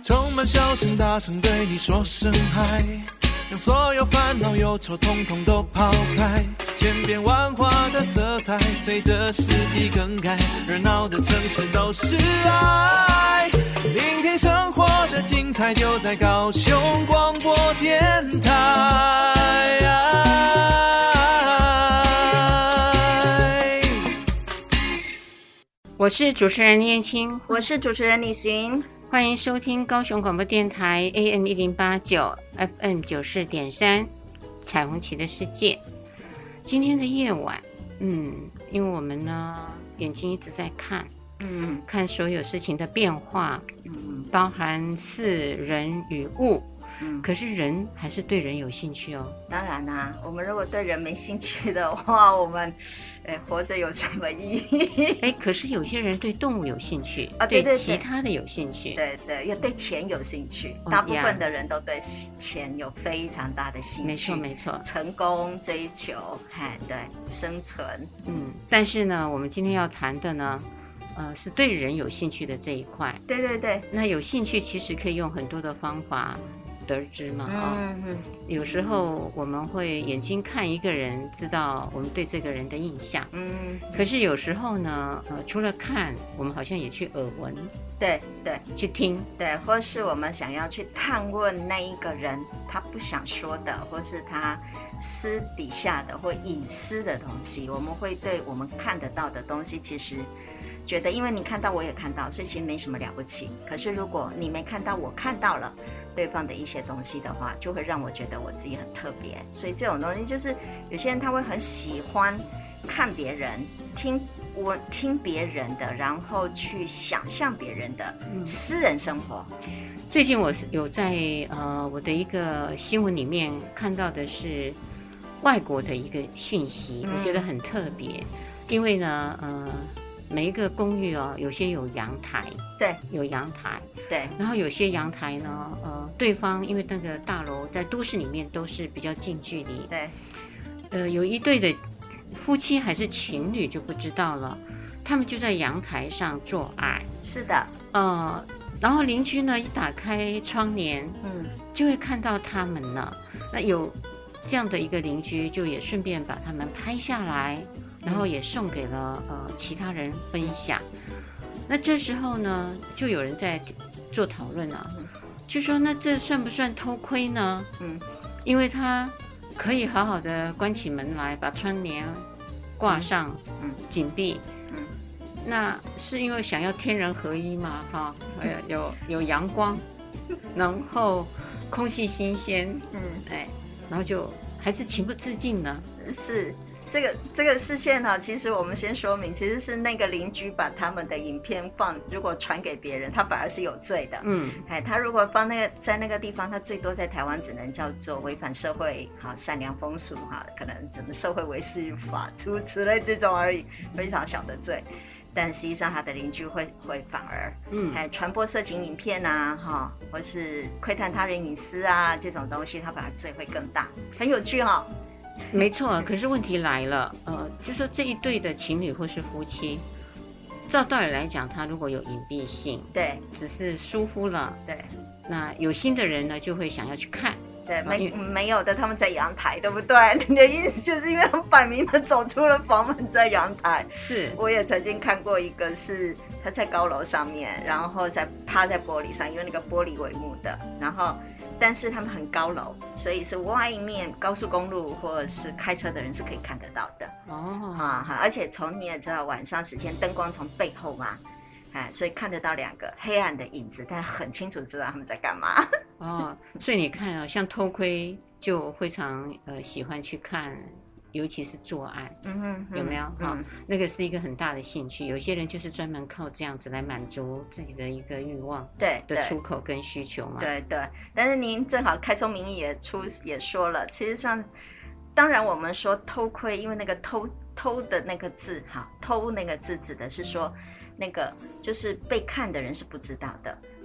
充满笑声，大声对你说声嗨，让所有烦恼忧愁统统都抛开，千变万化的色彩随着四季更改，热闹的城市都是爱，聆听生活的精彩就在高雄广播电台。 我是主持人念青， 我是主持人李寻， 欢迎收听高雄广播电台 AM 1089 FM 94.3彩虹旗的世界。今天的夜晚，因为我们呢眼睛一直在看，看所有事情的变化，包含事人与物。可是人还是对人有兴趣哦。 当然啦，我们如果对人没兴趣的话，我们活着有什么意义？ 可是有些人对动物有兴趣， 对其他的有兴趣， 对，又对钱有兴趣。大部分的人都对钱有非常大的兴趣。 没错， 成功追求，对，生存。 但是呢，我们今天要谈的呢，是对人有兴趣的这一块。 对。 那有兴趣其实可以用很多的方法得知嘛，有时候我们会眼睛看一个人，知道我们对这个人的印象，可是有时候呢，除了看，我们好像也去耳闻， 对， 去听， 对，或是我们想要去探问那一个人他不想说的，或是他私底下的或隐私的东西，我们会对我们看得到的东西，其实觉得因为你看到我也看到，所以其实没什么了不起。可是如果你没看到我看到了对方的一些东西的话，就会让我觉得我自己很特别。所以这种东西就是有些人他会很喜欢看别人，听别人的，然后去想象别人的私人生活。 最近我有在我的一个新闻里面看到的是外国的一个讯息，我觉得很特别，因为呢每一个公寓有些有阳台， 对， 有阳台， 对， 然后有些阳台呢，对方因为那个大楼在都市里面都是比较近距离， 对， 有一对的夫妻还是情侣就不知道了，他们就在阳台上做爱， 是的， 然后邻居呢一打开窗帘，就会看到他们了。那有这样的一个邻居，就也顺便把他们拍下来。然后也送给了其他人分享。那这时候呢，就有人在做讨论啊，就说那这算不算偷窥呢？因为他可以好好的关起门来，把窗帘挂上，紧闭。那是因为想要天人合一嘛？有阳光，然后空气新鲜，然后就还是情不自禁呢？ 是。这个事件呢，其实我们先说明，其实是那个邻居把他们的影片如果传给别人，他反而是有罪的。他如果在那个地方，他最多在台湾只能叫做违反社会善良风俗可能什么社会维持法诸如此类这种而已，非常小的罪。但实际上他的邻居会反而传播色情影片或是窥探他人隐私这种东西，他反而罪会更大，很有趣没错，可是问题来了，就说这一对的情侣或是夫妻，照道理来讲，他如果有隐蔽性， 对， 只是疏忽了， 对， 那有心的人呢，就会想要去看， 对，没有的，他们在阳台，对不对？你的意思就是因为他们摆明了走出了房门，在阳台。是，我也曾经看过一个是他在高楼上面，然后趴在玻璃上，因为那个玻璃帷幕的，然后。但是他们很高楼，所以是外面高速公路或者是开车的人是可以看得到的而且你也知道晚上时间灯光从背后嘛，所以看得到两个黑暗的影子，但很清楚知道他们在干嘛所以你看像偷窥就非常喜欢去看，尤其是做爱，有没有？那个是一个很大的兴趣。有些人就是专门靠这样子来满足自己的一个欲望，的出口跟需求嘛。 对。但是您正好开宗明义也说了，其实上，当然我们说偷窥，因为那个偷的那个字，偷那个字指的是说，那个就是被看的人是不知道的。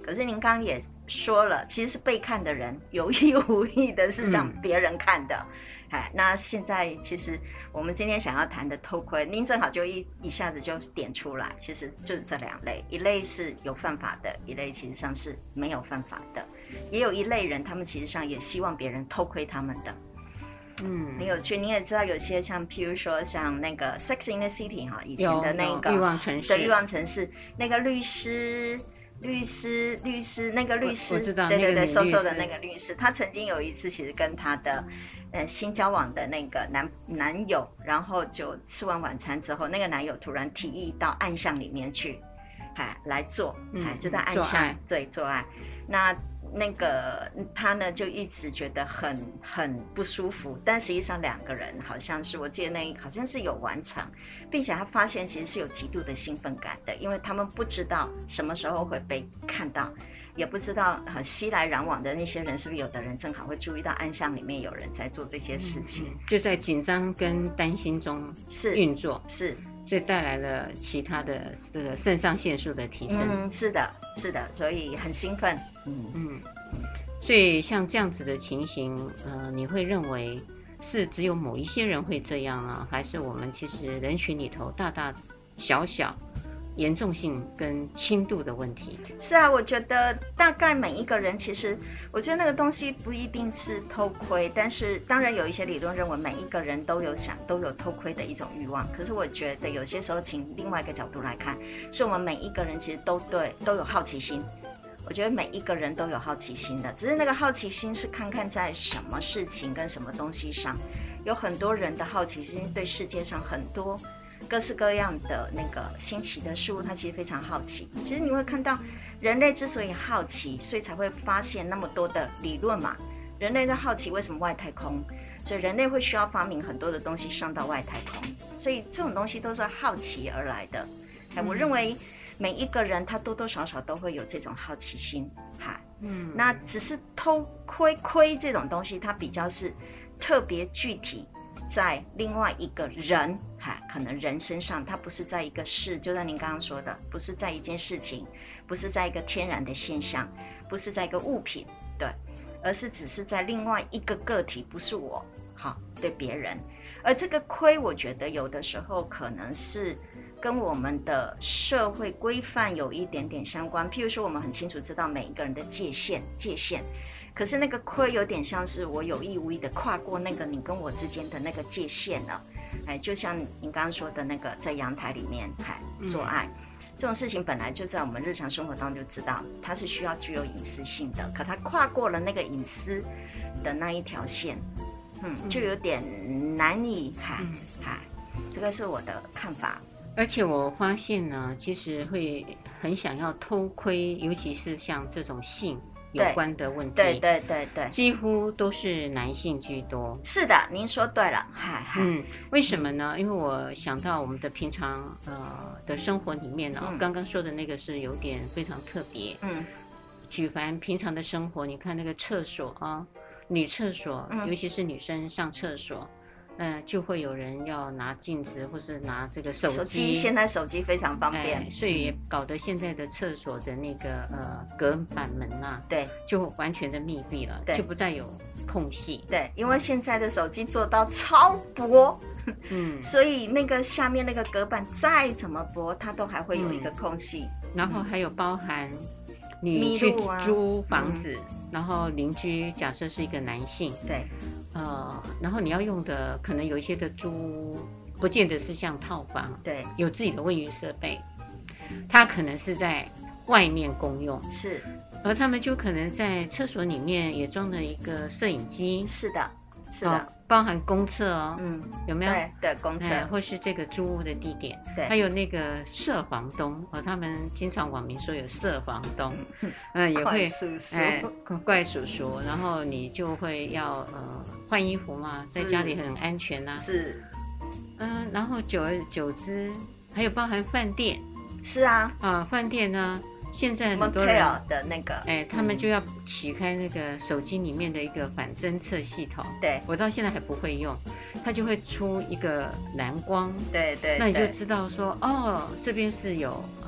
可是您刚刚也说了，其实是被看的人有意无意的是让别人看的。那现在其实我们今天想要谈的偷窥，您正好就一下子就点出来，其实就是这两类，一类是有犯法的，一类其实上是没有犯法的，也有一类人，他们其实上也希望别人偷窥他们的。很有趣。你也知道有些像譬如说像那个 Sex in the City 以前的那个欲望城市， 对，欲望城市那个律师那个律师， 我知道， 对，瘦瘦的那个律师，他曾经有一次其实跟他的新交往的那个男友，然后就吃完晚餐之后，那个男友突然提议到暗巷里面去来做，就在暗巷做爱。那个他呢就一直觉得很不舒服，但实际上两个人好像是，我记得好像是有完成，并且他发现其实是有极度的兴奋感的，因为他们不知道什么时候会被看到，也不知道熙来攘往的那些人是不是有的人正好会注意到暗巷里面有人在做这些事情， 就在紧张跟担心中运作， 是所以带来了其他的这个肾上腺素的提升。 是的，所以很兴奋。 所以像这样子的情形，你会认为是只有某一些人会这样呢，还是我们其实人群里头大大小小严重性跟轻度的问题？ 是啊，我觉得大概每一个人，其实我觉得那个东西不一定是偷窥，但是当然有一些理论认为每一个人都有偷窥的一种欲望。可是我觉得有些时候，请另外一个角度来看，是我们每一个人其实都有好奇心。我觉得每一个人都有好奇心的，只是那个好奇心是看看在什么事情跟什么东西上。有很多人的好奇心对世界上很多各式各样的那个新奇的事物，他其实非常好奇。其实你会看到，人类之所以好奇，所以才会发现那么多的理论嘛。人类在好奇为什么外太空，所以人类会需要发明很多的东西上到外太空，所以这种东西都是好奇而来的。我认为每一个人他多多少少都会有这种好奇心，那只是偷窥这种东西，它比较是特别具体在另外一个人，可能人身上，它不是在一个事，就像您刚刚说的，不是在一件事情，不是在一个天然的现象，不是在一个物品，对，而是只是在另外一个个体，不是我，对别人。而这个窥，我觉得有的时候可能是跟我们的社会规范有一点点相关。譬如说，我们很清楚知道每一个人的界限，可是那个窥有点像是我有意无意的跨过那个你跟我之间的那个界限了。就像您刚刚说的那个在阳台里面做爱，这种事情本来就在我们日常生活当中就知道，它是需要具有隐私性的，可它跨过了那个隐私的那一条线，就有点难以这个是我的看法。 而且我发现呢，其实会很想要偷窥，尤其是像这种性有关的问题， 对， 几乎都是男性居多。 是的，您说对了， 为什么呢？因为我想到我们的平常的生活里面呢，刚刚说的那个是有点非常特别。举凡平常的生活，你看那个厕所啊，女厕所，尤其是女生上厕所，就会有人要拿镜子或是拿这个手机。 现在手机非常方便， 所以也搞得现在的厕所的那个隔板门对， 就完全的密闭了，就不再有空隙。 对，因为现在的手机做到超薄，所以那个下面那个隔板再怎么薄，它都还会有一个空隙。 然后还有包含你去租房子，然后邻居假设是一个男性， 对， 然后你要用的可能有一些的租，不见得是像套房， 对， 有自己的卫浴设备，他可能是在外面公用， 是， 而他们就可能在厕所里面也装了一个摄影机， 是的， 包含公厕哦，有没有？ 对，公厕， 或是这个租屋的地点， 对， 还有那个舍房东他们经常网民说有舍房东，也会怪叔叔，然后你就会要换衣服嘛，在家里很安全啊， 是， 然后久而久之，还有包含饭店， 是啊， 饭店呢。现在很多人的那个， 他们就要启开那个手机里面的一个反侦测系统。 对， 我到现在还不会用，它就会出一个蓝光。 对， 那你就知道说，这边是有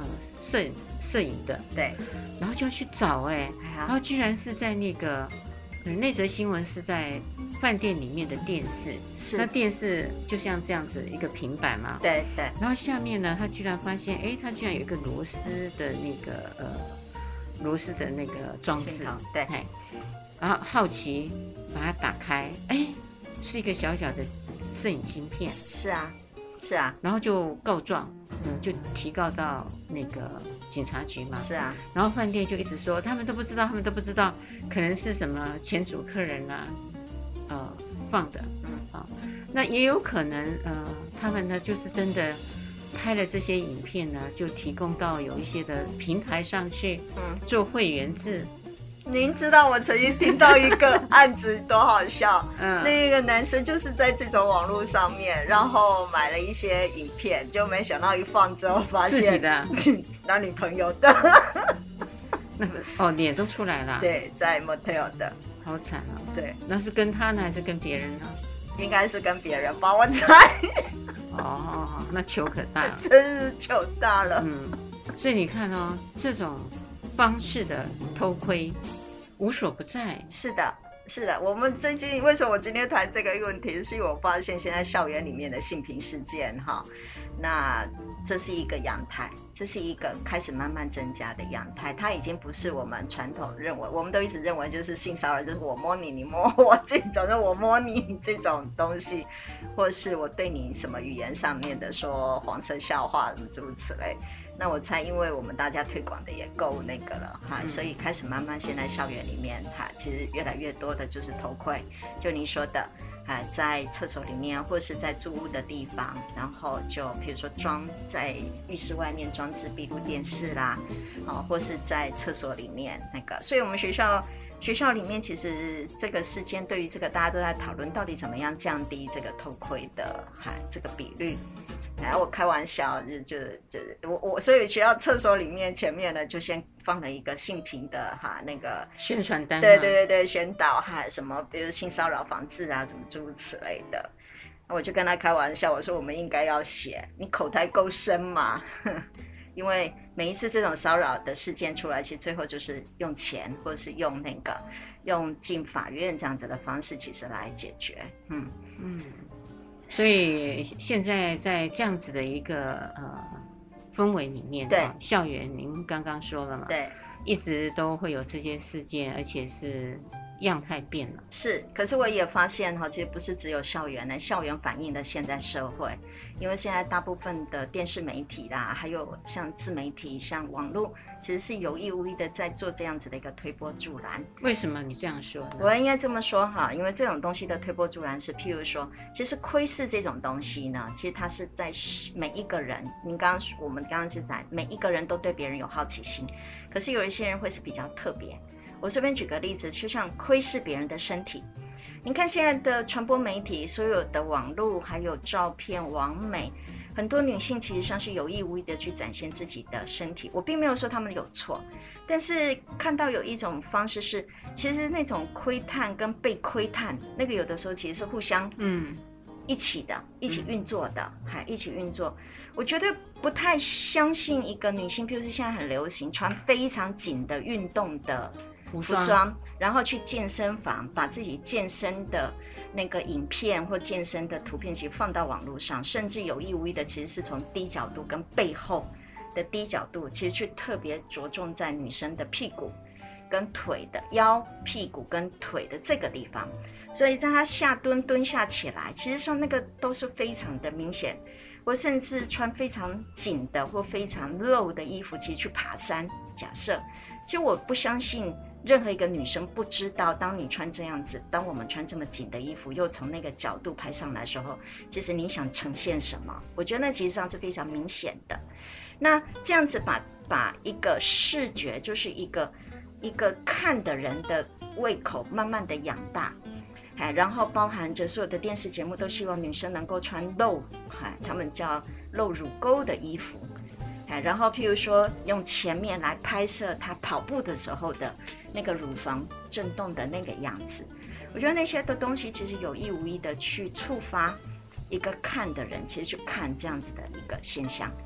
摄影的， 对， 然后就要去找然后居然是在那个那则新闻是在饭店里面的电视， 是那电视就像这样子一个平板嘛， 对对， 然后下面呢，他居然发现，它居然有一个螺丝的那个装置， 对， 然后好奇把它打开，是一个小小的摄影晶片， 是啊， 然后就告状，就提告到那个警察局嘛， 是啊， 然后饭店就一直说他们都不知道，可能是什么前主客人啊，放的，那也有可能，他们呢就是真的拍了这些影片呢，就提供到有一些的平台上去，做会员制。 您知道我曾经听到一个案子多好笑，那个男生就是在这种网络上面，然后买了一些影片，就没想到一放之后发现自己的男女朋友的， 那脸都出来了， 对，在 motel 的， 好惨啊！ 对， 那是跟他呢，还是跟别人呢？ 应该是跟别人吧，我猜。 那糗可大了， 真是糗大了。 所以你看这种方式的偷窥无所不在。 是的，我们最近为什么我今天谈这个问题，是因为我发现现在校园里面的性平事件那这是一个样态，这是一个开始慢慢增加的样态，它已经不是我们传统认为，我们都一直认为就是性骚扰就是我摸你，你摸我这种，就我摸你这种东西，或是我对你什么语言上面的说黄色笑话什么诸如此类。那我猜因为我们大家推广的也够那个了所以开始慢慢现在校园里面其实越来越多的就是偷窥，就您说的在厕所里面或是在住屋的地方，然后就比如说装在浴室外面装置闭路电视啦，或是在厕所里面那个，所以我们学校里面其实这个事件对于这个大家都在讨论到底怎么样降低这个偷窥的这个比率。我开玩笑，我所以学校厕所里面前面呢就先放了一个性平的那个宣传单， 对，宣导什么比如性骚扰防治啊什么诸如此类的。我就跟他开玩笑，我说我们应该要写，你口才够深嘛因为每一次这种骚扰的事件出来，其实最后就是用钱或者是用进法院这样子的方式其实来解决。 所以现在在这样子的一个氛围里面， 对校园您刚刚说了嘛， 对， 一直都会有这些事件，而且是样态变了。 是，可是我也发现其实不是只有校园呢，校园反映了现在社会，因为现在大部分的电视媒体啦，还有像自媒体、像网络，其实是有意无意的在做这样子的一个推波助澜。 为什么你这样说呢？ 我应该这么说因为这种东西的推波助澜是，譬如说，其实窥视这种东西呢，其实它是在每一个人，我们刚刚是在每一个人都对别人有好奇心，可是有一些人会是比较特别。我随便举个例子，就像窥视别人的身体。你看现在的传播媒体，所有的网络还有照片、网美，很多女性其实上是有意无意的去展现自己的身体。我并没有说她们有错，但是看到有一种方式是，其实那种窥探跟被窥探，那个有的时候其实是互相一起的，一起运作的，一起运作。我觉得不太相信一个女性，譬如是现在很流行穿非常紧的运动的服装，然后去健身房把自己健身的那个影片或健身的图片其实放到网络上，甚至有意无意的其实是从低角度跟背后的低角度其实去特别着重在女生的屁股跟腿的腰、屁股跟腿的这个地方，所以在她下蹲下起来，其实上那个都是非常的明显。或甚至穿非常紧的或非常露的衣服其实去爬山，假设其实我不相信任何一个女生不知道，当你穿这样子，当我们穿这么紧的衣服又从那个角度拍上来的时候，其实你想呈现什么，我觉得那其实上是非常明显的。那这样子把一个视觉，就是一个看的人的胃口慢慢的养大，然后包含着所有的电视节目都希望女生能够穿露，他们叫露乳沟的衣服，然后譬如说用前面来拍摄她跑步的时候的那个乳房震动的那个样子。我觉得那些的东西其实有意无意的去触发一个看的人其实去看这样子的一个现象。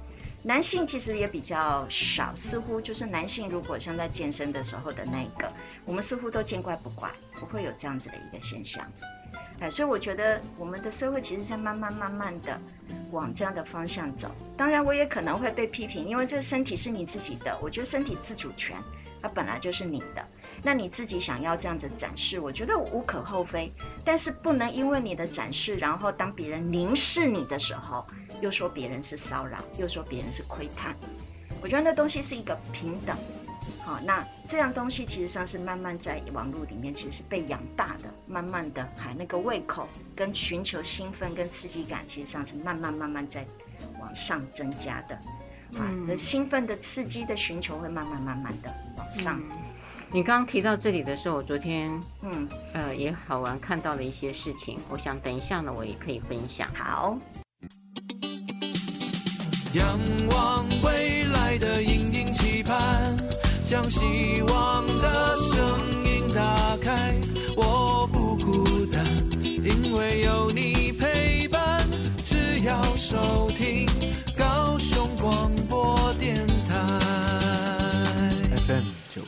男性其实也比较少，似乎就是男性如果像在健身的时候的那个，我们似乎都见怪不怪，不会有这样子的一个现象。所以我觉得我们的社会其实在慢慢的往这样的方向走。当然我也可能会被批评，因为这个身体是你自己的，我觉得身体自主权它本来就是你的，那你自己想要这样子展示，我觉得无可厚非，但是不能因为你的展示，然后当别人凝视你的时候，又说别人是骚扰，又说别人是窥探。我觉得那东西是一个平等。好，那这样东西其实上是慢慢在网络里面其实是被养大的，慢慢的那个胃口跟寻求兴奋跟刺激感其实上是慢慢在往上增加的。这兴奋的刺激的寻求会慢慢的往上。 你刚刚提到这里的时候，我昨天也好玩看到了一些事情，我想等一下呢我也可以分享。 好， 仰望未来的隐隐期盼，将希望的声音打开，我不孤单，因为有你陪伴，只要收听高雄广播电台 FM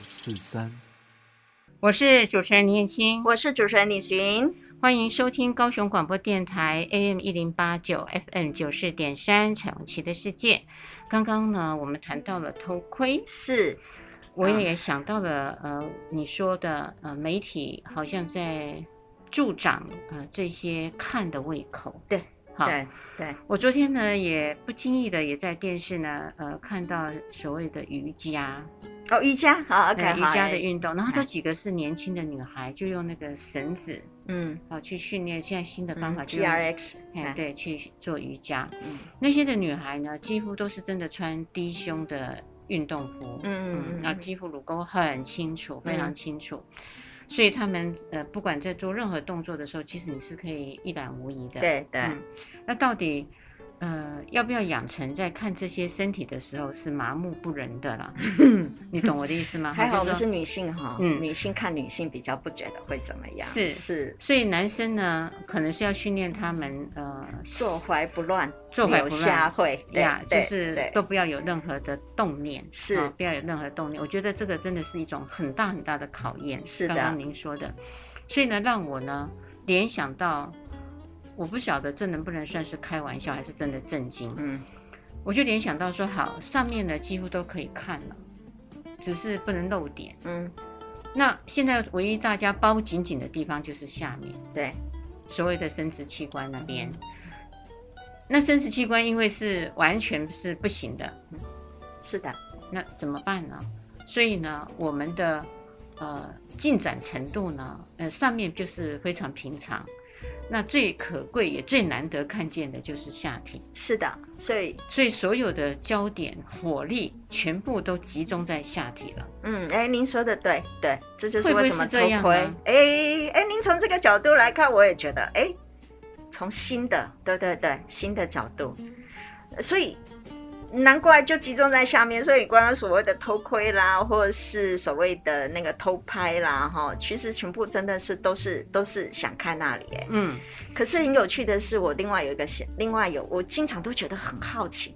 943。 我是主持人林燕青， 我是主持人李寻， 欢迎收听高雄广播电台 AM1089 FM 94.3彩虹旗的世界。刚刚呢我们谈到了偷窥， 是我也想到了你说的媒体好像在助长这些看的胃口。 对， 好， 对， 我昨天呢也不经意的也在电视呢看到所谓的瑜伽。 瑜伽，好 ，OK， 瑜伽的运动，然后都几个是年轻的女孩，就用那个绳子，去训练。现在新的方法就是 TRX， 对，去做瑜伽。那些的女孩呢，几乎都是真的穿低胸的运动服，然后肌肤乳沟很清楚，非常清楚。所以他们不管在做任何动作的时候，其实你是可以一览无遗的。 对， 那到底要不要养成在看这些身体的时候是麻木不仁的啦？你懂我的意思吗？ 还好我们是女性哈，女性看女性比较不觉得会怎么样。是， 所以男生呢，可能是要训练他们坐怀不乱， 留下会呀，就是都不要有任何的动念， 是不要有任何动念。我觉得这个真的是一种很大很大的考验。 是的， 刚刚您说的，所以呢，让我呢联想到。我不晓得这能不能算是开玩笑还是真的震惊。我就联想到说，好，上面呢几乎都可以看了，只是不能露点。那现在唯一大家包紧紧的地方就是下面， 对， 所谓的生殖器官那边。那生殖器官因为是完全是不行的， 是的， 那怎么办呢？所以呢，我们的进展程度呢，上面就是非常平常。那最可贵也最难得看见的就是下体。是的，所以所有的焦点火力全部都集中在下体了。 您说的对，这就是为什么偷窥。 会不会是这样您从这个角度来看，我也觉得，从新的，对，新的角度，所以难怪就集中在下面。所以刚刚所谓的偷窥啦，或者是所谓的那个偷拍啦，其实全部真的是都是想看那里。可是很有趣的是，我另外我经常都觉得很好奇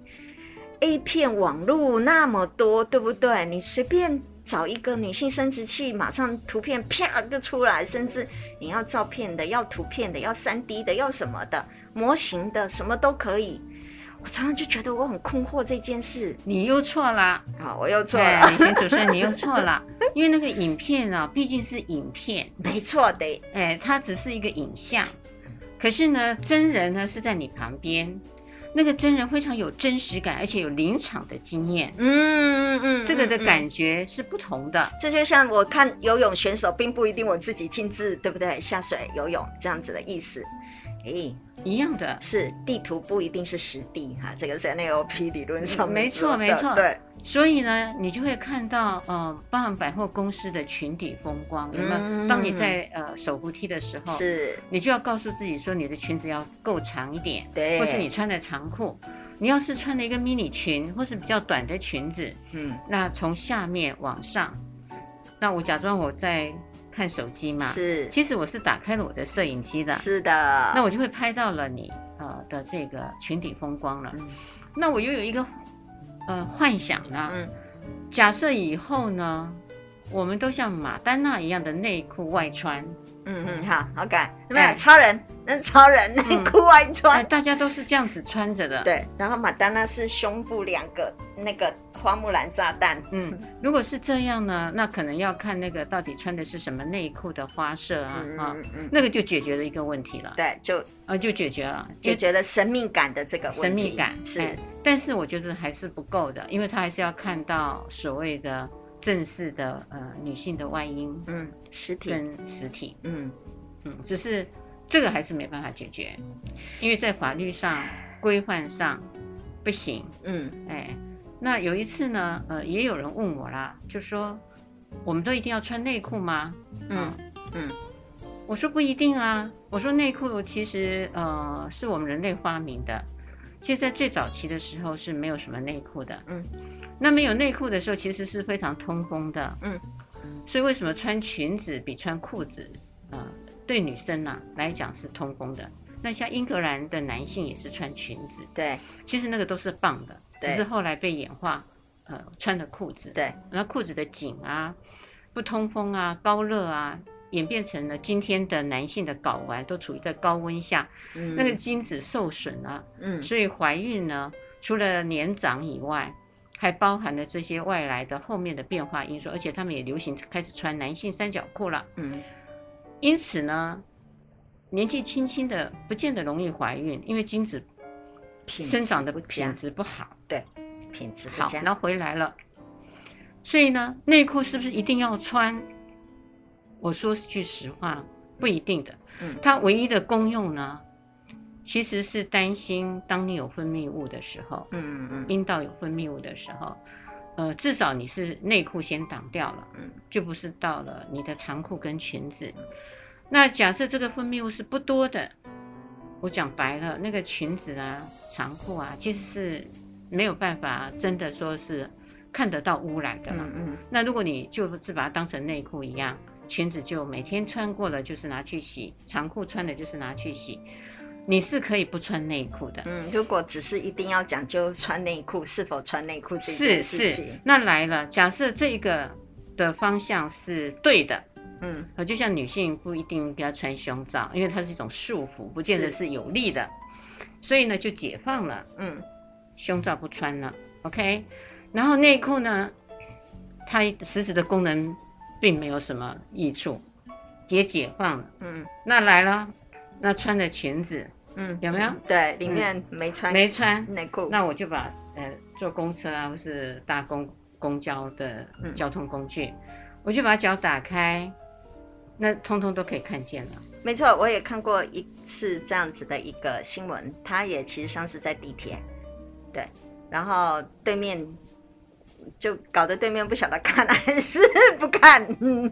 ，A 片网络那么多，对不对？你随便找一个女性生殖器，马上图片啪就出来，甚至你要照片的，要图片的，要3D 的，要什么的，模型的，什么都可以。我常常就觉得我很困惑这件事。 你又错了， 我又错了， 李寻主持人，你又错了，因为那个影片啊，毕竟是影片， 没错的， 它只是一个影像，可是呢，真人呢是在你旁边，那个真人非常有真实感，而且有临场的经验，这个的感觉是不同的。 这就像我看游泳选手，并不一定我自己亲自，对不对？下水游泳这样子的意思。 一样的是地图不一定是实地哈，这个是 NLP 理论上面没错， 对。 所以呢，你就会看到包含百货公司的群体风光，有没有？当你在手扶梯的时候， 是你就要告诉自己说，你的裙子要够长一点， 对， 或是你穿的长裤。你要是穿了一个迷你裙，或是比较短的裙子，那从下面往上，那我假装我在看手机嘛， 是， 其实我是打开了我的摄影机的， 是的， 那我就会拍到了你的这个裙底风光了。那我又有一个幻想呢，假设以后呢，我们都像马丹娜一样的内裤外穿。 好 ，OK， 有没有超人内裤外穿？ 大家都是这样子穿着的。 对，然后马丹娜是胸部2个那个花木兰炸弹。 如果是这样呢，那可能要看那个到底穿的是什么内裤的花色啊，那个就解决了一个问题了。 对， 就解决了， 解决了神秘感的这个问题。 神秘感是， 但是我觉得还是不够的，因为他还是要看到所谓的正式的女性的外阴， 实体跟实体，只是这个还是没办法解决，因为在法律上规范上不行。那有一次呢，也有人问我啦，就说我们都一定要穿内裤吗？我说不一定啊，我说内裤其实是我们人类发明的，其实在最早期的时候是没有什么内裤的。那没有内裤的时候其实是非常通风的。所以为什么穿裙子比穿裤子对女生来讲是通风的？那像英格兰的男性也是穿裙子， 对， 其实那个都是棒的，只是后来被演化穿的裤子， 对， 然后裤子的紧啊、不通风啊、高热啊，演变成了今天的男性的睾丸都处于在高温下，那个精子受损了，所以怀孕呢，除了年长以外，还包含了这些外来的后面的变化因素，而且他们也流行开始穿男性三角裤了。因此呢，年纪轻轻的不见得容易怀孕，因为精子生长的品质不好。 对，品质不佳。 好，然后回来了。所以呢，内裤是不是一定要穿？我说句实话，不一定的。它唯一的功用呢，其实是担心当你有分泌物的时候，阴道有分泌物的时候，至少你是内裤先挡掉了，就不是到了你的长裤跟裙子。那假设这个分泌物是不多的，我讲白了，那个裙子啊、长裤啊，其实是没有办法真的说是看得到污染的嘛。那如果你就是把它当成内裤一样，裙子就每天穿过了就是拿去洗，长裤穿的就是拿去洗，你是可以不穿内裤的。 如果只是一定要讲究穿内裤，是否穿内裤这件事情， 是。那来了，假设这个的方向是对的，就像女性不一定要穿胸罩，因为它是一种束缚，不见得是有利的，所以呢就解放了，胸罩不穿了 ，OK。然后内裤呢，它实质的功能并没有什么益处，也解放了，那来了，那穿的裙子，有没有？ 对，里面没穿内裤， 那我就把坐公车啊，或是搭公交的交通工具，我就把脚打开，那通通都可以看见了。 没错，我也看过一次这样子的一个新闻，它也其实上是在地铁，对，然后对面就搞得对面不晓得看还是不看。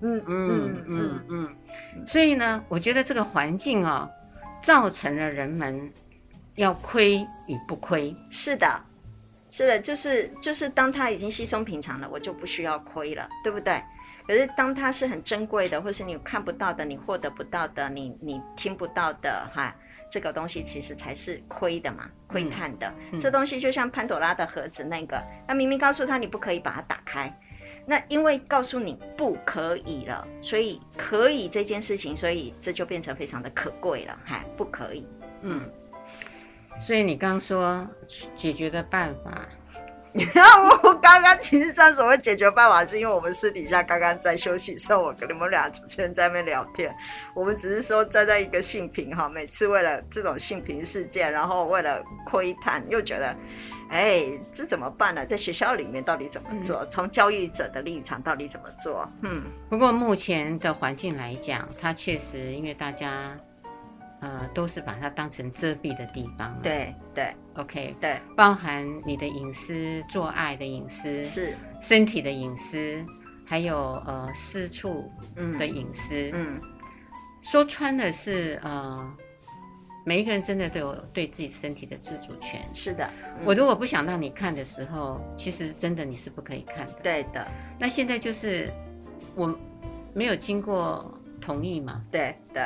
所以呢，我觉得这个环境造成了人们要亏与不亏。 是的，就是当它已经稀松平常了，我就不需要亏了，对不对？可是当它是很珍贵的，或是你看不到的，你获得不到的，你听不到的这个东西其实才是亏的嘛，窥探的。这东西就像潘朵拉的盒子那个，那明明告诉他你不可以把它打开，那因为告诉你不可以了，所以可以这件事情，所以这就变成非常的可贵了，不可以。 所以你刚刚说解决的办法， 我刚刚其实上所谓解决办法，是因为我们私底下刚刚在休息的时候，我跟你们俩主持人在那边聊天，我们只是说站在一个性平每次为了这种性平事件，然后为了窥探，又觉得这怎么办呢？在学校里面到底怎么做？从教育者的立场到底怎么做？ 不过目前的环境来讲，它确实因为大家都是把它当成遮蔽的地方。 对 OK， 对， 包含你的隐私、做爱的隐私， 是身体的隐私，还有私处的隐私。说穿的是每一个人真的都有对自己身体的自主权。 是的， 我如果不想让你看的时候，其实真的你是不可以看的。 对的。 那现在就是我没有经过同意嘛？ 对，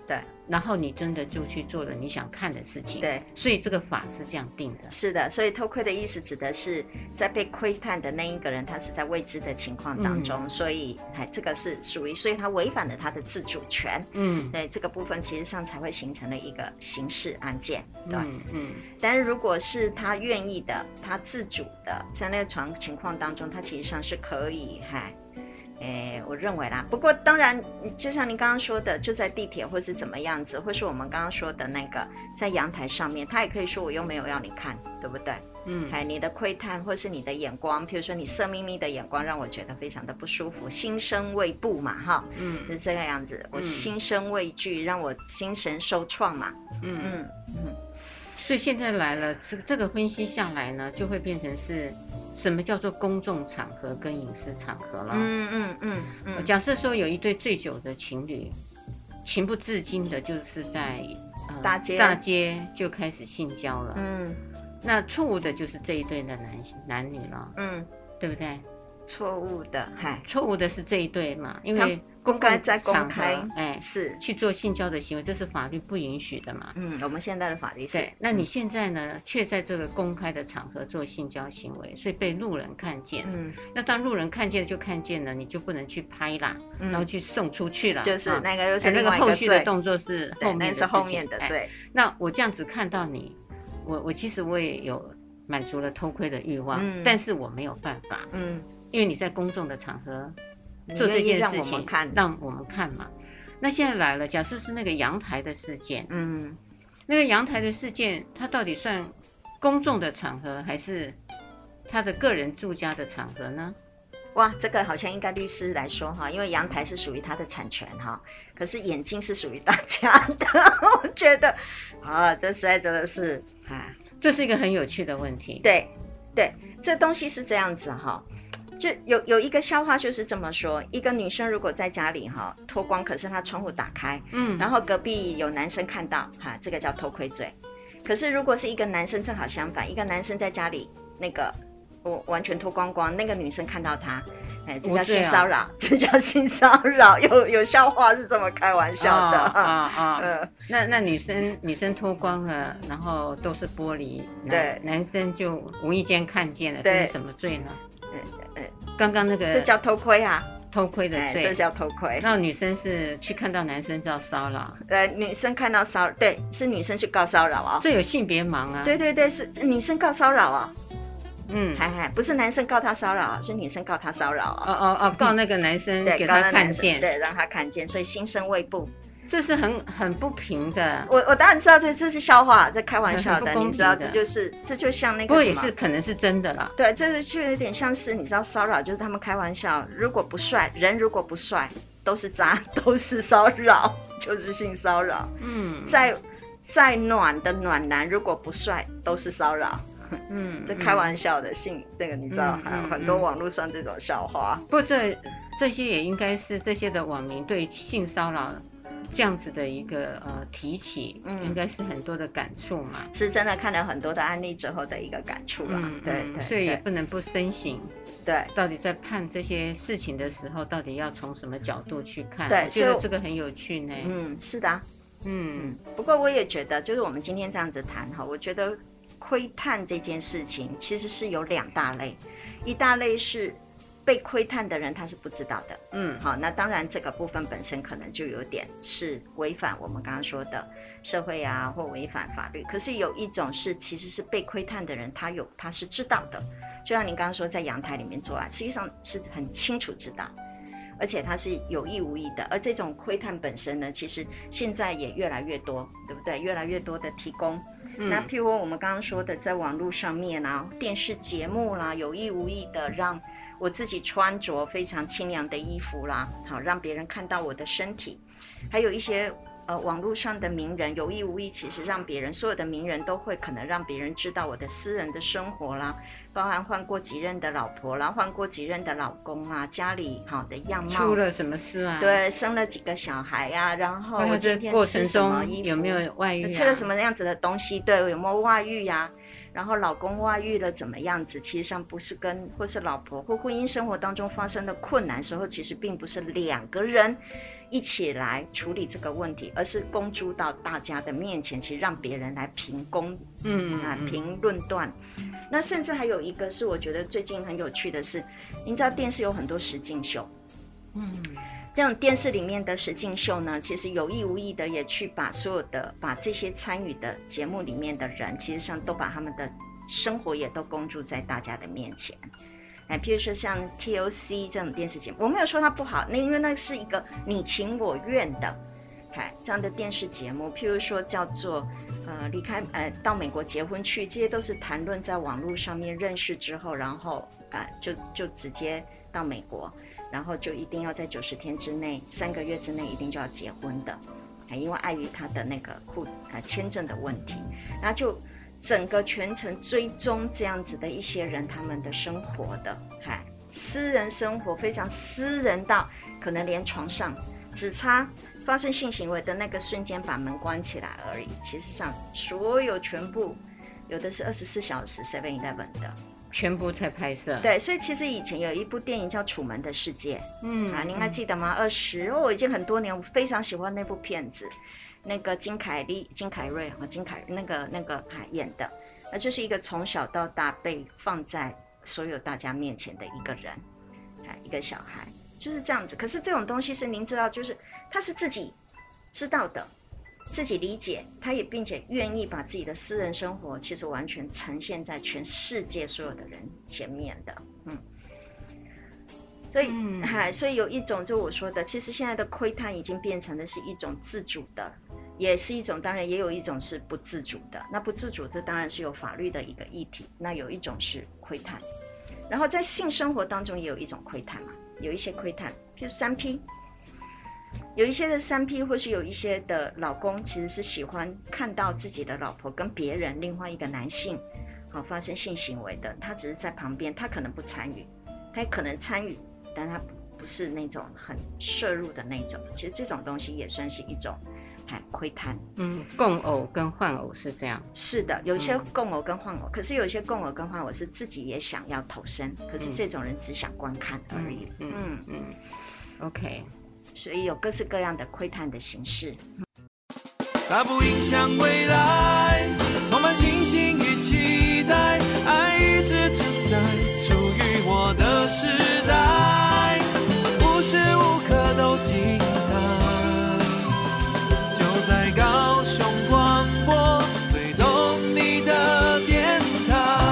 对， 然后你真的就去做了你想看的事情。 对， 所以这个法是这样定的。 是的，所以偷窥的意思指的是在被窥探的那一个人，他是在未知的情况当中，所以这个是属于，所以他违反了他的自主权。对，这个部分其实上才会形成了一个刑事案件。对，但是如果是他愿意的，他自主的，在那个情况当中，他其实上是可以我认为啦，不过当然就像您刚刚说的，就在地铁或是怎么样子，或是我们刚刚说的那个在阳台上面，他也可以说我又没有要你看，对不对？你的窥探或是你的眼光，譬如说你色眯眯的眼光让我觉得非常的不舒服，心生畏怖嘛，是这个样子，我心生畏惧，让我精神受创嘛。 所以现在来了，这个分析下来呢，就会变成是什么叫做公众场合跟隐私场合了。假设说有一对醉酒的情侣，情不自禁的就是在大街就开始性交了。那错误的就是这一对的男女了。对不对？ 错误的， 错误的是这一对嘛，因为公开在公开， 是去做性交的行为，这是法律不允许的嘛。 我们现在的法律是。 对，那你现在呢，却在这个公开的场合做性交行为，所以被路人看见。那当路人看见了就看见了，你就不能去拍啦，然后去送出去了。 就是那个又是另外一个罪，那个后续的动作是后面的事情。 那是后面的罪。 那我这样子看到你，我其实我也有满足了偷窥的欲望，但是我没有办法。因为你在公众的场合做这件事情，让我们看嘛。那现在来了，假设是那个阳台的事件，那个阳台的事件，它到底算公众的场合，还是他的个人住家的场合呢？ 哇，这个好像应该律师来说哈，因为阳台是属于他的产权哈，可是眼睛是属于大家的。我觉得这实在真的是这是一个很有趣的问题。 对，这东西是这样子哈。就有一个笑话就是这么说，一个女生如果在家里脱光，可是她窗户打开，然后隔壁有男生看到这个叫偷窥罪。可是如果是一个男生正好相反，一个男生在家里那个我完全脱光光，那个女生看到他，这叫性骚扰，这叫性骚扰。有笑话是这么开玩笑的。 那女生脱光了，然后都是玻璃，对，男生就无意间看见了，这是什么罪呢？刚刚那个这叫偷窥啊， 偷窥的罪， 这叫偷窥。 那女生是去看到男生叫骚扰， 女生看到骚扰，对，是女生去告骚扰啊， 这有性别盲啊。 对，是女生告骚扰啊。不是男生告他骚扰，是女生告他骚扰啊。 告那个男生给他看见， 对，让他看见，所以心生畏怖。 这是很不平的。 我当然知道这是笑话，这开玩笑的，你知道，这就像那个， 不过也是可能是真的啦。 对，这就有点像是你知道骚扰，就是他们开玩笑，如果不帅，人如果不帅，都是渣，都是骚扰，就是性骚扰。再暖的暖男，如果不帅，都是骚扰。这开玩笑的性，这个你知道，还有很多网络上这种笑话。 不过这些也应该是这些的网民对性骚扰这样子的一个提起，应该是很多的感触嘛。 是真的看了很多的案例之后的一个感触啦。对， 所以也不能不深省。 对， 到底在判这些事情的时候，到底要从什么角度去看？ 对， 我觉得这个很有趣呢。 是的。不过我也觉得，就是我们今天这样子谈哈，我觉得窥探这件事情其实是有两大类，一大类是被窥探的人他是不知道的，好，那当然这个部分本身可能就有点是违反我们刚刚说的社会啊，或违反法律。可是有一种是其实是被窥探的人他是知道的，就像您刚刚说在阳台里面做爱，实际上是很清楚知道，而且他是有意无意的。而这种窥探本身呢，其实现在也越来越多，对不对？越来越多的提供。那譬如我们刚刚说的，在网络上面啊，电视节目啦，有意无意的让我自己穿着非常清凉的衣服啦，好让别人看到我的身体，还有一些网络上的名人有意无意，其实让别人所有的名人都会可能让别人知道我的私人的生活啦，包含换过几任的老婆啦，换过几任的老公啊，家里好的样貌出了什么事啊？ 对，生了几个小孩啊，然后我今天吃什么衣服， 有没有外遇啊？ 吃了什么样子的东西？对，有没有外遇啊？ 然后老公外遇了怎么样子，其实上不是或是老婆或婚姻生活当中发生的困难时候，其实并不是2个人一起来处理这个问题，而是公诸到大家的面前，其实让别人来评论断。那甚至还有一个是我觉得最近很有趣的是，您知道电视有很多实境秀，这种电视里面的实境秀呢，其实有意无意的也去把把这些参与的节目里面的人，其实上都把他们的生活也都公诸在大家的面前。譬如说像 TLC 这种电视节目，我没有说它不好，因为那是一个你情我愿的这样的电视节目。譬如说叫做离开到美国结婚去，这些都是谈论在网络上面认识之后，然后就直接到美国，然后就一定要在90天之内3个月之内一定就要结婚的，因为碍于他的那个签证的问题，然后就整个全程追踪这样子的一些人他们的生活的私人生活，非常私人到可能连床上只差发生性行为的那个瞬间把门关起来而已，其实上所有全部有的是24小时 7-11 的全部在拍摄。 对，所以其实以前有一部电影叫《楚门的世界》，您还记得吗已经很多年，我非常喜欢那部片子，那个金凯瑞那个演的，那就是一个从小到大被放在所有大家面前的一个人，一个小孩就是这样子。可是这种东西是您知道，就是他是自己知道的，自己理解，他也并且愿意把自己的私人生活其实完全呈现在全世界所有的人前面的。所以有一种就我说的，其实现在的窥探已经变成的是一种自主的，也是一种，当然也有一种是不自主的。那不自主这当然是有法律的一个议题，那有一种是窥探，然后在性生活当中也有一种窥探嘛，有一些窥探，譬如3P，有一些的3P，或是有一些的老公其实是喜欢看到自己的老婆跟别人另外一个男性发生性行为的，他只是在旁边，他可能不参与，他可能参与，但他不是那种很摄入的那种。其实这种东西也算是一种窥探。 共偶跟换偶是这样。 是的，有些共偶跟换偶，可是有些共偶跟换偶是自己也想要投身，可是这种人只想观看而已。 OK。 所以有各式各样的窥探的形式， 它不影响未来，充满信心与期待，爱一直存在，属于我的时代，无时无刻都精彩，就在高雄广播最懂你的电台。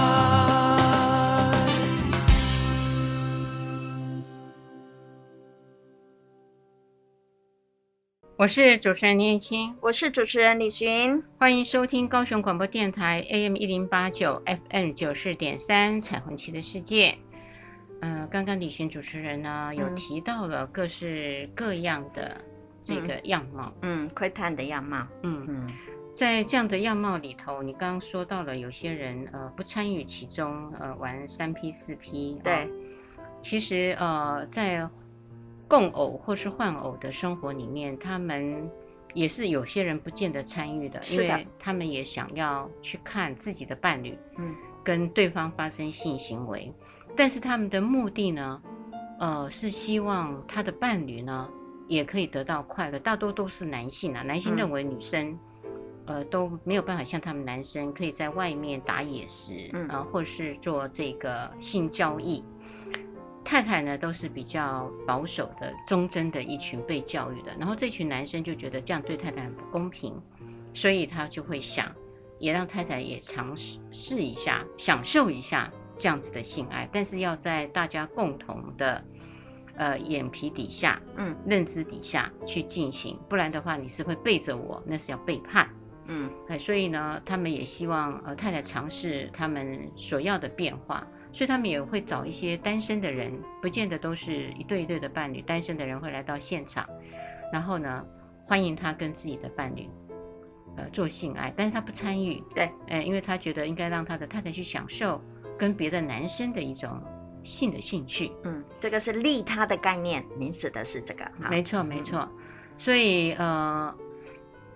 我是主持人林燕青， 我是主持人李寻， 欢迎收听高雄广播电台 AM 1089 FM 94.3彩虹旗的世界。刚刚李寻主持人呢有提到了各式各样的这个样貌， 窥探的样貌， 在这样的样貌里头，你刚刚说到了有些人不参与其中，玩3P 4P， 对， 其实在共偶或是换偶的生活里面，他们也是有些人不见得参与的，因为他们也想要去看自己的伴侣跟对方发生性行为，但是他们的目的呢是希望他的伴侣呢也可以得到快乐。大多都是男性男性认为女生都没有办法像他们男生可以在外面打野食或是做这个性交易。太太呢都是比较保守的忠贞的一群被教育的，然后这群男生就觉得这样对太太很不公平，所以他就会想也让太太也尝试一下，享受一下这样子的性爱，但是要在大家共同的眼皮底下认知底下去进行，不然的话你是会背着我，那是要背叛。所以呢他们也希望太太尝试他们所要的变化，所以他们也会找一些单身的人，不见得都是一对一对的伴侣，单身的人会来到现场，然后呢欢迎他跟自己的伴侣做性爱，但是他不参与， 对， 因为他觉得应该让他的太太去享受跟别的男生的一种性的兴趣。 这个是利他的概念，您指的是这个？ 没错没错。所以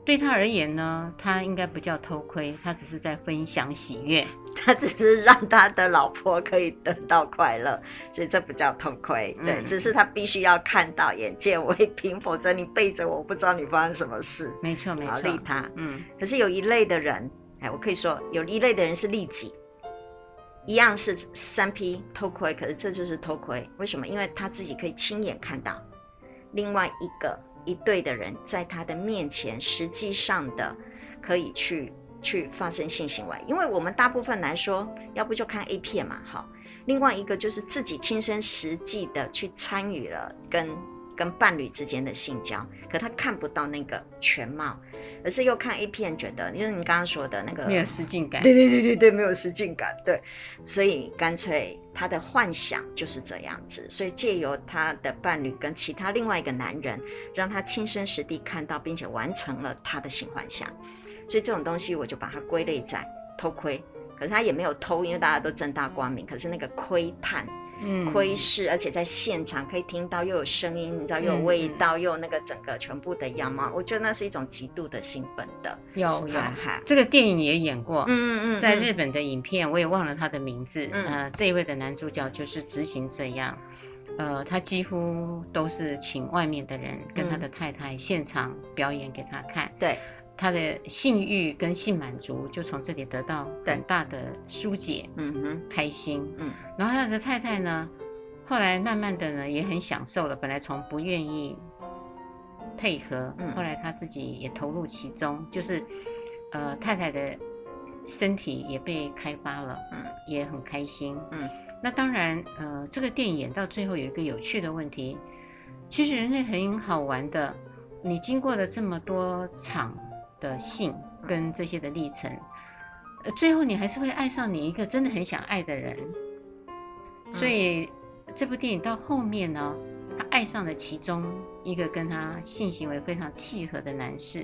对他而言呢，他应该不叫偷窥，他只是在分享喜悦， 他只是让他的老婆可以得到快乐，所以这不叫偷窥。对，只是他必须要看到，眼见为凭，否则你背着我不知道你发生什么事。 没错没错， 利他。可是有一类的人，我可以说有一类的人是利己，一样是3P 偷窥，可是这就是偷窥。为什么？因为他自己可以亲眼看到另外一对的人在他的面前实际上的可以去发生性行为。因为我们大部分来说要不就看 A 片嘛，好，另外一个就是自己亲身实际的去参与了跟伴侣之间的性交，可他看不到那个全貌，而是又看 A 片，觉得就是你刚刚说的那个没有实境感。 对，没有实境感。对，所以干脆他的幻想就是这样子，所以借由他的伴侣跟其他另外一个男人，让他亲身实地看到并且完成了他的性幻想。所以这种东西我就把它归类在偷窥，可是他也没有偷，因为大家都正大光明，可是那个窥探窥视，而且在现场可以听到，又有声音，你知道，又有味道，又有那个整个全部的样貌，我觉得那是一种极度的兴奋的。 有这个电影也演过，在日本的影片我也忘了他的名字，这一位的男主角就是执行这样，他几乎都是请外面的人跟他的太太现场表演给他看，对。他的性欲跟性满足就从这里得到很大的疏解，开心，然后他的太太呢，后来慢慢的呢也很享受了，本来从不愿意配合，后来他自己也投入其中，就是太太的身体也被开发了，也很开心，那当然这个电影演到最后有一个有趣的问题，其实人类很好玩的，你经过了这么多场的性跟这些的历程，最后你还是会爱上你一个真的很想爱的人，所以这部电影到后面呢，他爱上了其中一个跟他性行为非常契合的男士，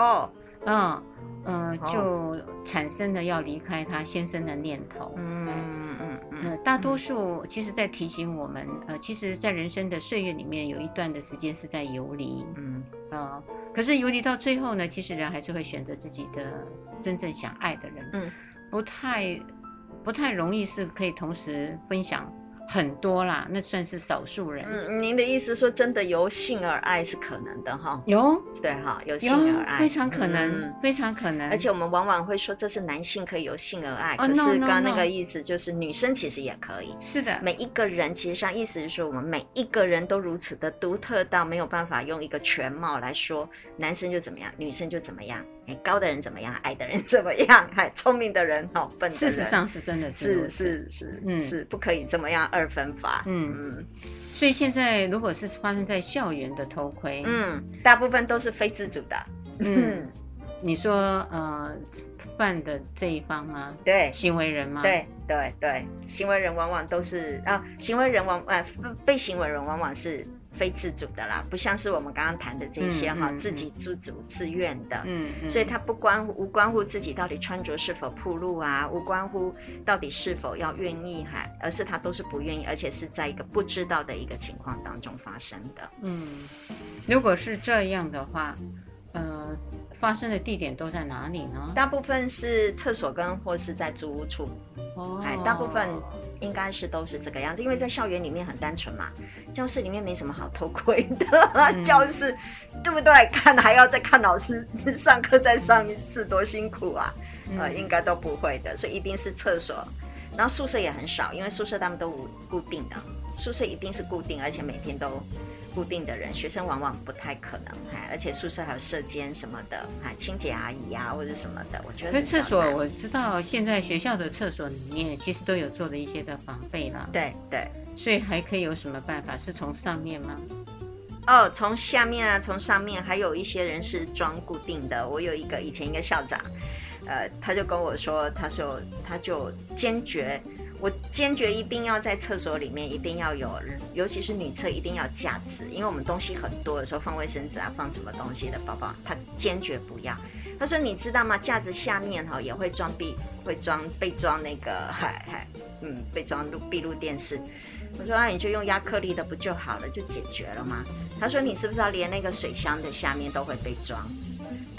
就产生了要离开他先生的念头。大多数其实在提醒我们，其实在人生的岁月里面有一段的时间是在游离，可是游离到最后呢，其实人还是会选择自己的真正想爱的人，不太容易是可以同时分享很多啦，那算是少数人。 您的意思说真的由性而爱是可能的哈？ 有， 对哈，由性而爱非常可能，非常可能。 而且我们往往会说这是男性可以由性而爱，可是刚刚那个意思就是女生其实也可以。 是的， 每一个人其实上意思是说我们每一个人都如此的独特到没有办法用一个全貌来说，男生就怎么样，女生就怎么样。高的人怎么样，矮的人怎么样，聪明的人笨的人， 事实上是真的是不可以这么样二分法。 所以现在如果是发生在校园的偷窥， 大部分都是非自主的。 你说犯的这一方吗？ 对， 行为人吗？ 对，行为人往往都是行为人被行为人往往是非自主的啦，不像是我们刚刚谈的这些自己自主自愿的，所以他无关乎自己到底穿着是否暴露啊，无关乎到底是否要愿意而是他都是不愿意，而且是在一个不知道的一个情况当中发生的。 如果是这样的话，发生的地点都在哪里呢？ 大部分是厕所或是在租屋处，大部分应该是都是这个样子，因为在校园里面很单纯嘛，教室里面没什么好偷窥的，教室对不对？还要再看老师上课再上一次，多辛苦啊！应该都不会的，所以一定是厕所。然后宿舍也很少，因为宿舍他们都固定的，宿舍一定是固定，而且每天都固定的人，学生往往不太可能，而且宿舍还有舍监什么的，清洁阿姨啊或者什么的，我觉得。 厕所我知道，现在学校的厕所里面其实都有做了一些的防备啦。 对， 所以还可以有什么办法？是从上面吗？ 从下面啊，从上面，还有一些人是装固定的。我有以前一个校长，他就跟我说，他就坚决一定要在厕所里面一定要有，尤其是女厕一定要架子，因为我们东西很多，有时候放卫生纸啊，放什么东西的包包，他坚决不要。他说你知道吗？架子下面也会被装那个被装闭路电视。我说你就用亚克力的不就好了，就解决了吗？他说你知不知道连那个水箱的下面都会被装？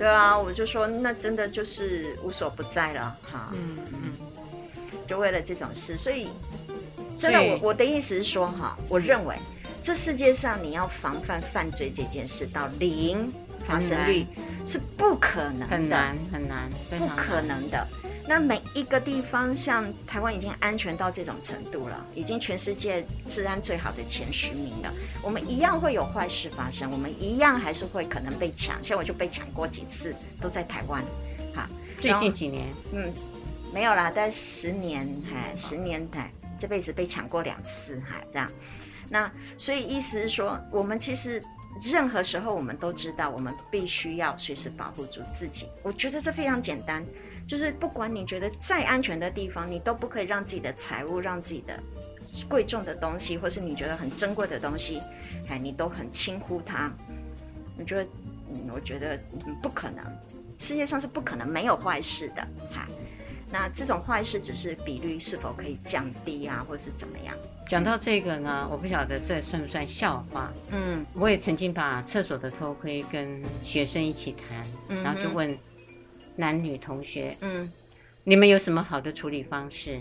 对啊，我就说那真的就是无所不在了哈。就为了这种事，所以真的我的意思是说哈，我认为这世界上你要防范犯罪这件事到0发生率是不可能的， 很难， 不可能的。那每一个地方，像台湾已经安全到这种程度了，已经全世界治安最好的前10名了。我们一样会有坏事发生，我们一样还是会可能被抢。像我就被抢过几次，都在台湾。哈， 最近几年？ 没有啦，大概10年，10年这辈子被抢过2次，这样。那所以意思是说，我们其实任何时候我们都知道，我们必须要随时保护住自己。我觉得这非常简单。就是不管你觉得再安全的地方，你都不可以让自己的财物、让自己的贵重的东西，或是你觉得很珍贵的东西，你都很轻忽它。我觉得不可能，世界上是不可能没有坏事的。那这种坏事只是比率是否可以降低啊，或是怎么样？ 讲到这个呢，我不晓得这算不算笑话。我也曾经把厕所的偷窥跟学生一起谈，然后就问男女同学，你们有什么好的处理方式？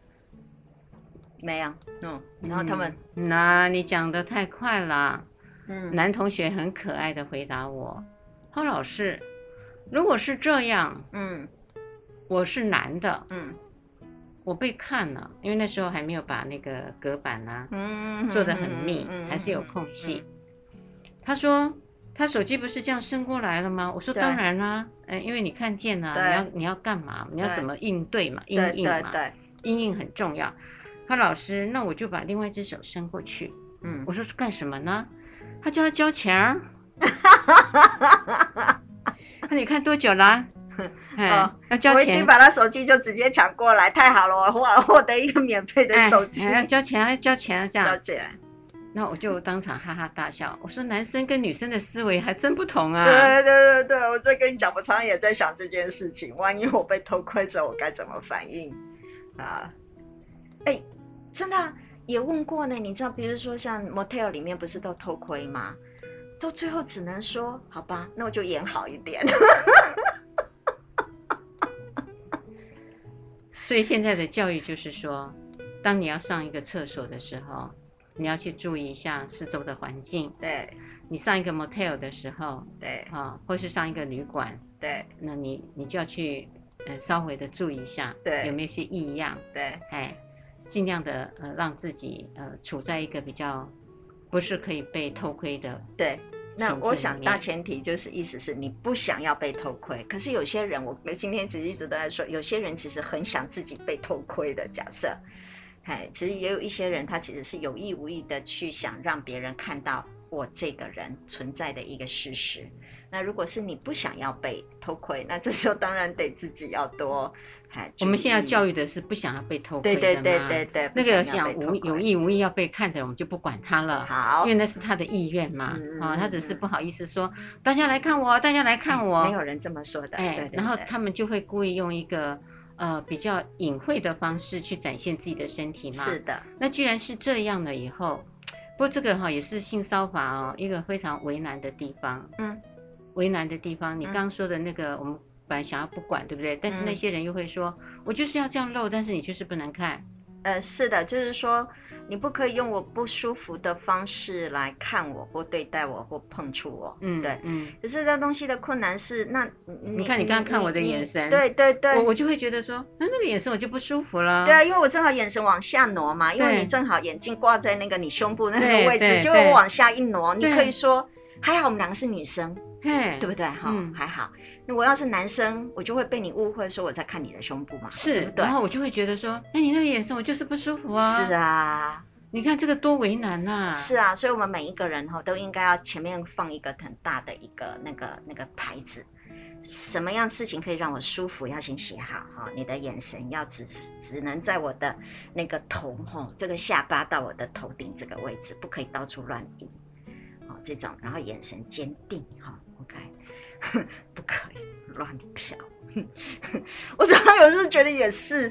没有，然后他们， 那你讲得太快了。男同学很可爱的回答我，郝老师，如果是这样，我是男的，我被看了，因为那时候还没有把那个隔板做得很密，还是有空隙。他说他手机不是这样伸过来了吗？我说当然啦，因为你看见了，你要干嘛？你要怎么应对嘛？因应嘛，因应很重要。他老师，那我就把另外一只手伸过去。我说是干什么呢？他叫他交钱。那你看多久了？要交钱， 我一定把他手机就直接抢过来，太好了，我获得一个免费的手机。 要交钱，这样。 交钱。 那我就当场哈哈大笑，我说男生跟女生的思维还真不同啊。 对，我在跟你讲，我常常也在想这件事情，万一我被偷窥的时候，我该怎么反应啊？真的也问过呢。你知道，比如说像 motel 里面不是都偷窥吗？到最后只能说好吧，那我就演好一点。 所以现在的教育就是说，当你要上一个厕所的时候，你要去注意一下四周的环境。 对， 你上一个 motel 的时候， 对或是上一个旅馆， 对， 那你就要去稍微的注意一下， 对， 有没有一些异样， 对， 尽量的让自己处在一个比较不是可以被偷窥的。 对，那我想大前提就是意思是你不想要被偷窥，可是有些人，我今天一直都在说，有些人其实很想自己被偷窥的假设。其实也有一些人，他其实是有意无意的去想让别人看到我这个人存在的一个事实。那如果是你不想要被偷窥，那这时候当然得自己要多。 我们现在教育的是不想要被偷窥的嘛？ 对， 那个想有意无意要被看的，我们就不管他了。 好， 因为那是他的意愿嘛。他只是不好意思说大家来看我，大家来看我。 没有人这么说的。 然后他们就会故意用一个比较隐晦的方式去展现自己的身体嘛。 是的。 那既然是这样了以后，不过这个也是性骚法一个非常为难的地方。为难的地方，你刚刚说的那个，我们本来想要不管，对不对？但是那些人又会说，我就是要这样露，但是你就是不能看。 是的，就是说你不可以用我不舒服的方式来看我或对待我或碰触我。对。可是这东西的困难是，那你看你刚刚看我的眼神， 对， 我就会觉得说，那个眼神我就不舒服了。 对啊，因为我正好眼神往下挪嘛，因为你正好眼镜挂在那个你胸部那个位置，就会往下一挪。你可以说还好我们两个是女生，对不对？还好。我要是男生，我就会被你误会说我在看你的胸部嘛， 是， 对， 然后我就会觉得说，你那个眼神我就是不舒服啊。 是啊， 你看这个多为难啊。 是啊，所以我们每一个人都应该要前面放一个很大的一个那个牌子，什么样事情可以让我舒服，要先写好你的眼神要只能在我的那个头这个下巴到我的头顶这个位置，不可以到处乱移这种，然后眼神坚定OK。不可以乱瞟。我常常有时候觉得也是，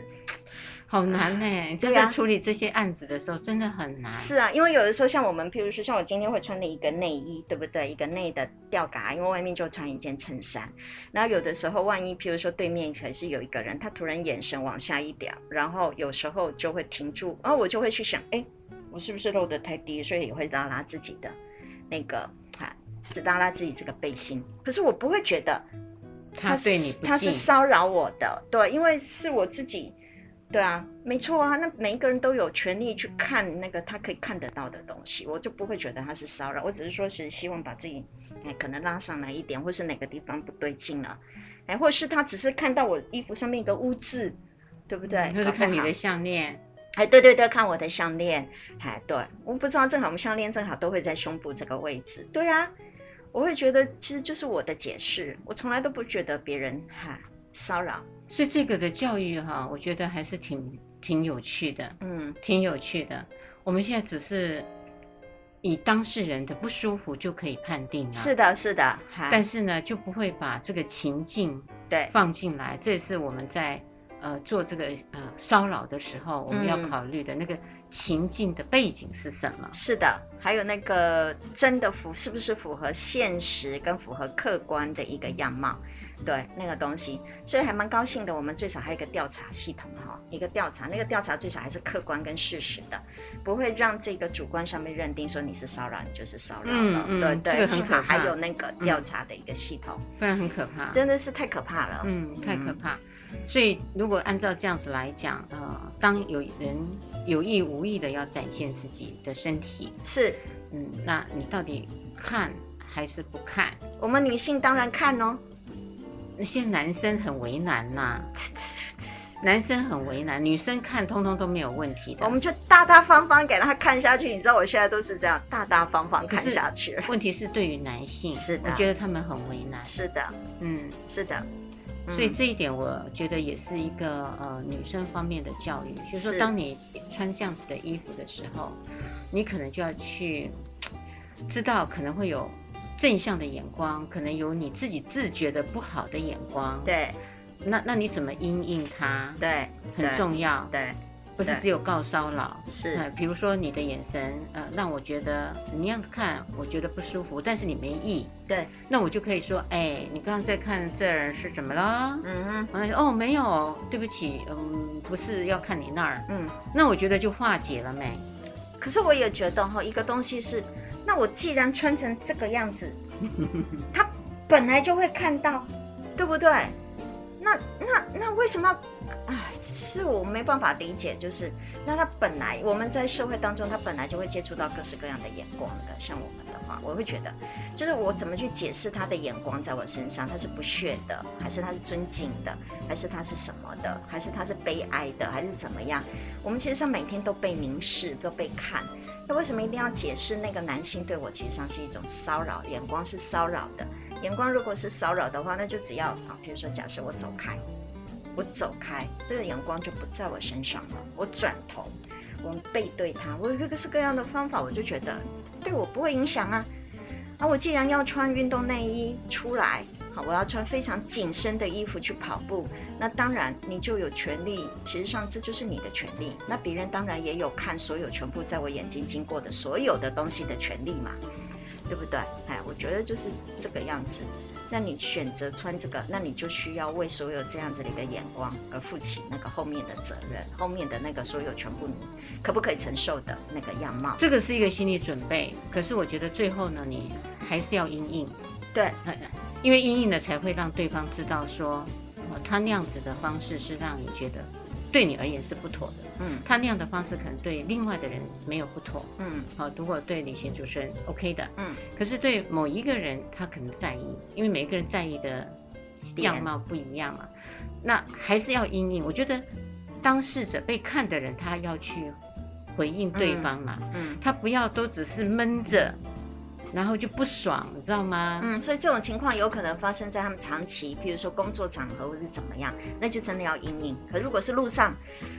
好难呢，在处理这些案子的时候真的很难。 是啊，因为有的时候像我们，譬如说像我今天会穿了一个内衣，对不对？一个内的吊嘎，因为外面就穿一件衬衫。然后有的时候，万一譬如说对面可是有一个人，他突然眼神往下一点，然后有时候就会停住，然后我就会去想，我是不是露得太低，所以也会拉拉自己的那个只拉拉自己这个背心。可是我不会觉得他对你不敬， 他是骚扰我的，对，因为是我自己。对啊，没错啊，那每一个人都有权利去看那个他可以看得到的东西，我就不会觉得他是骚扰，我只是说是希望把自己可能拉上来一点，或是哪个地方不对劲了，或是他只是看到我衣服上面一个污渍，对不对？ 或者看你的项链， 对对对，看我的项链，对，我不知道，正好我们项链正好都会在胸部这个位置，对啊，我会觉得其实就是我的解释，我从来都不觉得别人骚扰。 所以这个的教育我觉得还是挺有趣的，挺有趣的。我们现在只是以当事人的不舒服就可以判定了， 是的，是的， 但是呢，就不会把这个情境放进来。这也是我们在做这个骚扰的时候，我们要考虑的那个情境的背景是什么？ 是的，还有那个真的是不是符合现实跟符合客观的一个样貌。对那个东西，所以还蛮高兴的。我们最少还有一个调查系统一个调查，那个调查最少还是客观跟事实的，不会让这个主观上面认定说你是骚扰，你就是骚扰了。对对，幸好还有那个调查的一个系统， 不然很可怕， 真的是太可怕了。 太可怕。所以如果按照这样子来讲，当有人有意无意的要展现自己的身体， 是， 那你到底看还是不看？ 我们女性当然看哦。 那些男生很为难呐，男生很为难，女生看通通都没有问题的。 我们就大大方方给他看下去，你知道我现在都是这样大大方方看下去。 问题是对于男性， 是的， 我觉得他们很为难。 是的，是的。 所以这一点我觉得也是一个女生方面的教育，就是说当你穿这样子的衣服的时候，你可能就要去知道可能会有正向的眼光，可能有你自己自觉的不好的眼光， 对， 那你怎么因应它？ 对， 很重要， 对， 不是只有告骚扰， 是， 比如说你的眼神，让我觉得你那样看，我觉得不舒服，但是你没意， 对， 那我就可以说，你刚刚在看这儿是怎么了？然后说没有，对不起，不是要看你那儿，那我觉得就化解了没？ 可是我也觉得一个东西是。那我既然穿成这个样子，他本来就会看到，对不对？那为什么要？是我没办法理解，就是那他本来我们在社会当中，他本来就会接触到各式各样的眼光的。像我们的话，我会觉得，就是我怎么去解释他的眼光在我身上，他是不屑的，还是他是尊敬的，还是他是什么的，还是他是悲哀的，还是怎么样？我们其实上每天都被凝视，都被看。那为什么一定要解释那个男性对我其实上是一种骚扰？眼光是骚扰的，眼光如果是骚扰的话，那就只要比如说假设我走开，这个眼光就不在我身上了。我转头，我背对他，我有各式各样的方法，我就觉得对我不会影响啊。我既然要穿运动内衣出来，我要穿非常紧身的衣服去跑步，那当然你就有权利，其实上这就是你的权利。那别人当然也有看所有全部在我眼睛经过的所有的东西的权利嘛，对不对？我觉得就是这个样子。那你选择穿这个，那你就需要为所有这样子的一个眼光而负起那个后面的责任，后面的那个所有全部你可不可以承受的那个样貌。 这个是一个心理准备，可是我觉得最后呢，你还是要因应。 对， 因为因应了才会让对方知道说，他那样子的方式是让你觉得对你而言是不妥的。他那样的方式可能对另外的人没有不妥。如果对旅行主持人 OK 的，可是对某一个人他可能在意，因为每一个人在意的样貌不一样嘛。那还是要因应。我觉得当事者被看的人，他要去回应对方嘛。他不要都只是闷着。然后就不爽，你知道吗？ 所以这种情况有可能发生在他们长期，譬如说工作场合或是怎么样，那就真的要因应。可如果是路上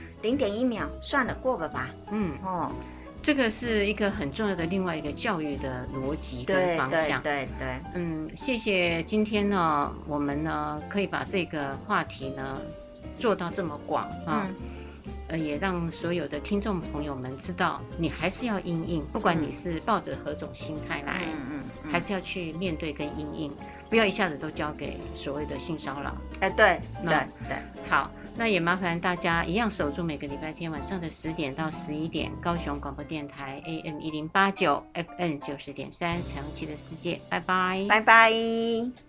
0.1秒，算了，过了吧。 这个是一个很重要的另外一个教育的逻辑跟方向。 对。 谢谢今天呢，我们呢可以把这个话题呢做到这么广啊。 也让所有的听众朋友们知道，你还是要因应，不管你是抱着何种心态来，还是要去面对跟因应，不要一下子都交给所谓的性骚扰。 对， 好，那也麻烦大家一样守住每个礼拜天晚上的10点到11点，高雄广播电台 AM1089 FM90.3 彩虹旗的世界，拜拜， 拜拜。